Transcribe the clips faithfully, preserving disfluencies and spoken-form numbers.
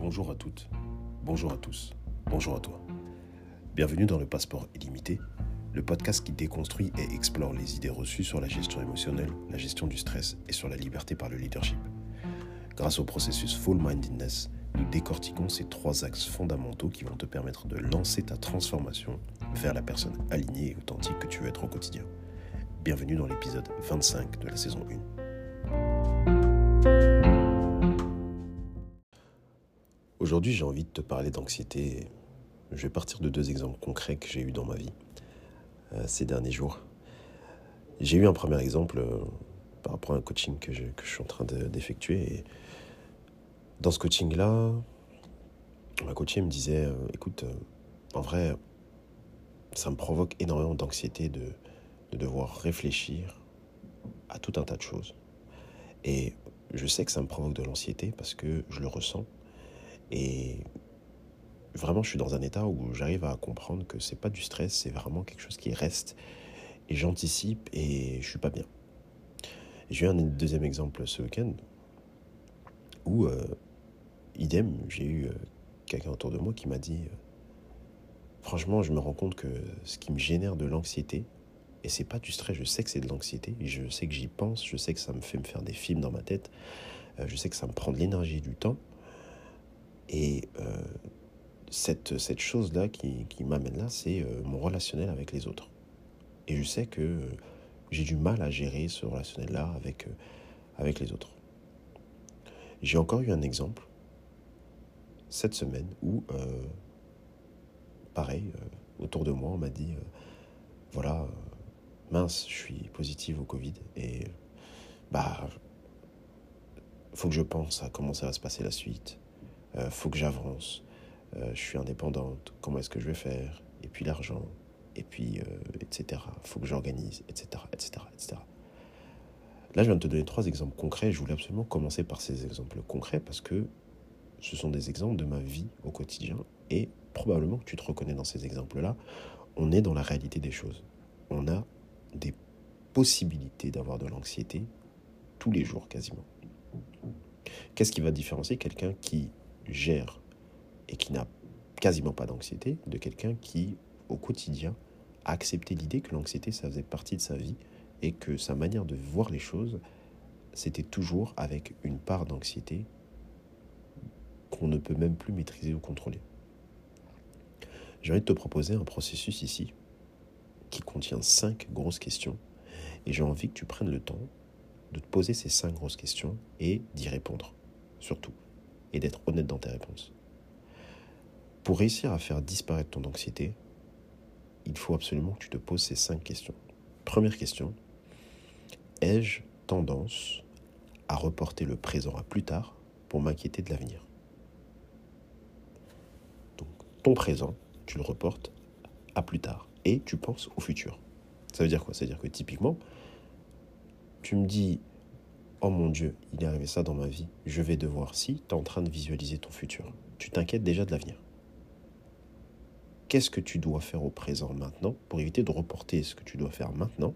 Bonjour à toutes, bonjour à tous, bonjour à toi. Bienvenue dans le Passeport illimité, le podcast qui déconstruit et explore les idées reçues sur la gestion émotionnelle, la gestion du stress et sur la liberté par le leadership. Grâce au processus Full Mindedness, nous décortiquons ces trois axes fondamentaux qui vont te permettre de lancer ta transformation vers la personne alignée et authentique que tu veux être au quotidien. Bienvenue dans l'épisode vingt-cinq de la saison un. Aujourd'hui, j'ai envie de te parler d'anxiété. Je vais partir de deux exemples concrets que j'ai eus dans ma vie euh, ces derniers jours. J'ai eu un premier exemple euh, par rapport à un coaching que je, que je suis en train de, d'effectuer. Et dans ce coaching-là, ma coachée me disait euh, « Écoute, euh, en vrai, ça me provoque énormément d'anxiété de, de devoir réfléchir à tout un tas de choses. Et je sais que ça me provoque de l'anxiété parce que je le ressens. Et vraiment, je suis dans un état où j'arrive à comprendre que c'est pas du stress, c'est vraiment quelque chose qui reste. Et j'anticipe et je suis pas bien. » Et j'ai eu un deuxième exemple ce week-end où, euh, idem, j'ai eu euh, quelqu'un autour de moi qui m'a dit euh, « Franchement, je me rends compte que ce qui me génère de l'anxiété, et c'est pas du stress, je sais que c'est de l'anxiété, je sais que j'y pense, je sais que ça me fait me faire des films dans ma tête, euh, je sais que ça me prend de l'énergie et du temps. Et euh, cette, cette chose-là qui, qui m'amène là, c'est euh, mon relationnel avec les autres. Et je sais que euh, j'ai du mal à gérer ce relationnel-là avec, euh, avec les autres. » J'ai encore eu un exemple cette semaine où, euh, pareil, euh, autour de moi, on m'a dit euh, « Voilà, euh, mince, je suis positive au Covid et bah, faut que je pense à comment ça va se passer la suite. Euh, faut que j'avance. Euh, je suis indépendante. Comment est-ce que je vais faire? Et puis l'argent. Et puis, euh, et cetera. Faut que j'organise, et cetera, et cetera, et cetera. » Là, je viens de te donner trois exemples concrets. Je voulais absolument commencer par ces exemples concrets parce que ce sont des exemples de ma vie au quotidien et probablement que tu te reconnais dans ces exemples-là. On est dans la réalité des choses. On a des possibilités d'avoir de l'anxiété tous les jours quasiment. Qu'est-ce qui va différencier quelqu'un qui gère et qui n'a quasiment pas d'anxiété de quelqu'un qui, au quotidien, a accepté l'idée que l'anxiété, ça faisait partie de sa vie et que sa manière de voir les choses, c'était toujours avec une part d'anxiété qu'on ne peut même plus maîtriser ou contrôler. J'ai envie de te proposer un processus ici qui contient cinq grosses questions et j'ai envie que tu prennes le temps de te poser ces cinq grosses questions et d'y répondre, surtout, et d'être honnête dans tes réponses. Pour réussir à faire disparaître ton anxiété, il faut absolument que tu te poses ces cinq questions. Première question, ai-je tendance à reporter le présent à plus tard pour m'inquiéter de l'avenir? Donc, ton présent, tu le reportes à plus tard et tu penses au futur. Ça veut dire quoi? Ça veut dire que typiquement, tu me dis « Oh mon Dieu, il est arrivé ça dans ma vie, je vais devoir… » Si tu es en train de visualiser ton futur, tu t'inquiètes déjà de l'avenir. Qu'est-ce que tu dois faire au présent maintenant pour éviter de reporter ce que tu dois faire maintenant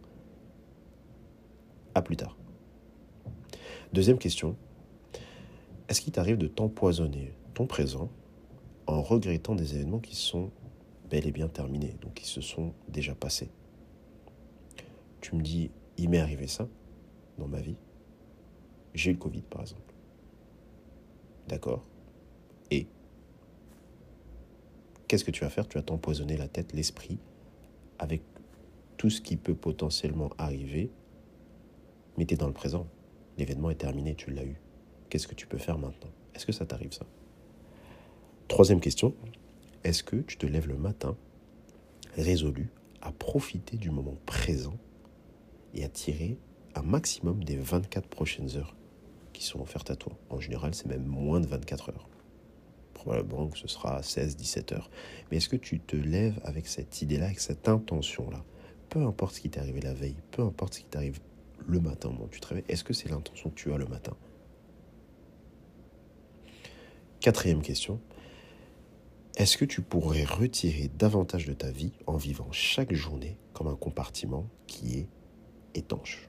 à plus tard? Deuxième question, est-ce qu'il t'arrive de t'empoisonner ton présent en regrettant des événements qui sont bel et bien terminés, donc qui se sont déjà passés? Tu me dis, il m'est arrivé ça dans ma vie. J'ai eu le Covid, par exemple. D'accord. Et qu'est-ce que tu vas faire? Tu vas t'empoisonner la tête, l'esprit, avec tout ce qui peut potentiellement arriver, mais tu es dans le présent. L'événement est terminé, tu l'as eu. Qu'est-ce que tu peux faire maintenant? Est-ce que ça t'arrive, ça? Troisième question, est-ce que tu te lèves le matin résolu à profiter du moment présent et à tirer un maximum des vingt-quatre prochaines heures qui sont offertes à toi? En général, c'est même moins de vingt-quatre heures. Probablement que ce sera seize à dix-sept heures. Mais est-ce que tu te lèves avec cette idée-là, avec cette intention-là? Peu importe ce qui t'est arrivé la veille, peu importe ce qui t'arrive le matin au moment où tu te réveilles, est-ce que c'est l'intention que tu as le matin? Quatrième question, est-ce que tu pourrais retirer davantage de ta vie en vivant chaque journée comme un compartiment qui est étanche?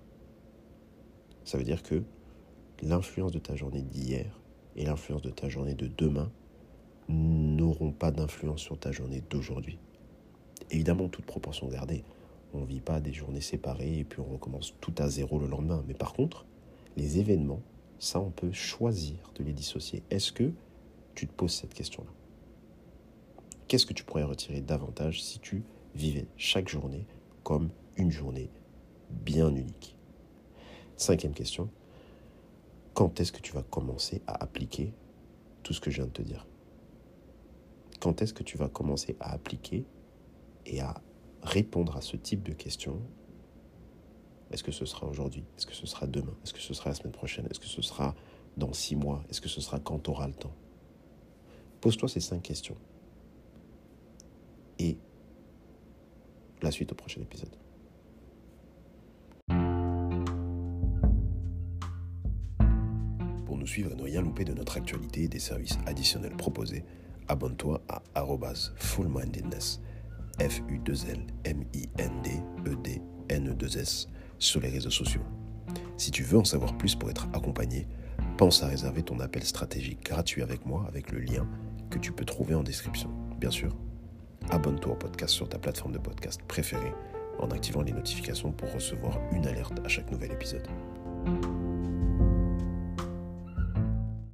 Ça veut dire que l'influence de ta journée d'hier et l'influence de ta journée de demain n'auront pas d'influence sur ta journée d'aujourd'hui. Évidemment, toute proportion gardée. On ne vit pas des journées séparées et puis on recommence tout à zéro le lendemain. Mais par contre, les événements, ça, on peut choisir de les dissocier. Est-ce que tu te poses cette question-là ? Qu'est-ce que tu pourrais retirer davantage si tu vivais chaque journée comme une journée bien unique ? Cinquième question, quand est-ce que tu vas commencer à appliquer tout ce que je viens de te dire ? Quand est-ce que tu vas commencer à appliquer et à répondre à ce type de questions ? Est-ce que ce sera aujourd'hui ? Est-ce que ce sera demain ? Est-ce que ce sera la semaine prochaine ? Est-ce que ce sera dans six mois ? Est-ce que ce sera quand tu auras le temps ? Pose-toi ces cinq questions. Et la suite au prochain épisode. Pour nous suivre et ne rien louper de notre actualité et des services additionnels proposés, abonne-toi à arobase fullmindedness, F U deux L M I N D E D N E deux S, sur les réseaux sociaux. Si tu veux en savoir plus pour être accompagné, pense à réserver ton appel stratégique gratuit avec moi avec le lien que tu peux trouver en description. Bien sûr, abonne-toi au podcast sur ta plateforme de podcast préférée en activant les notifications pour recevoir une alerte à chaque nouvel épisode.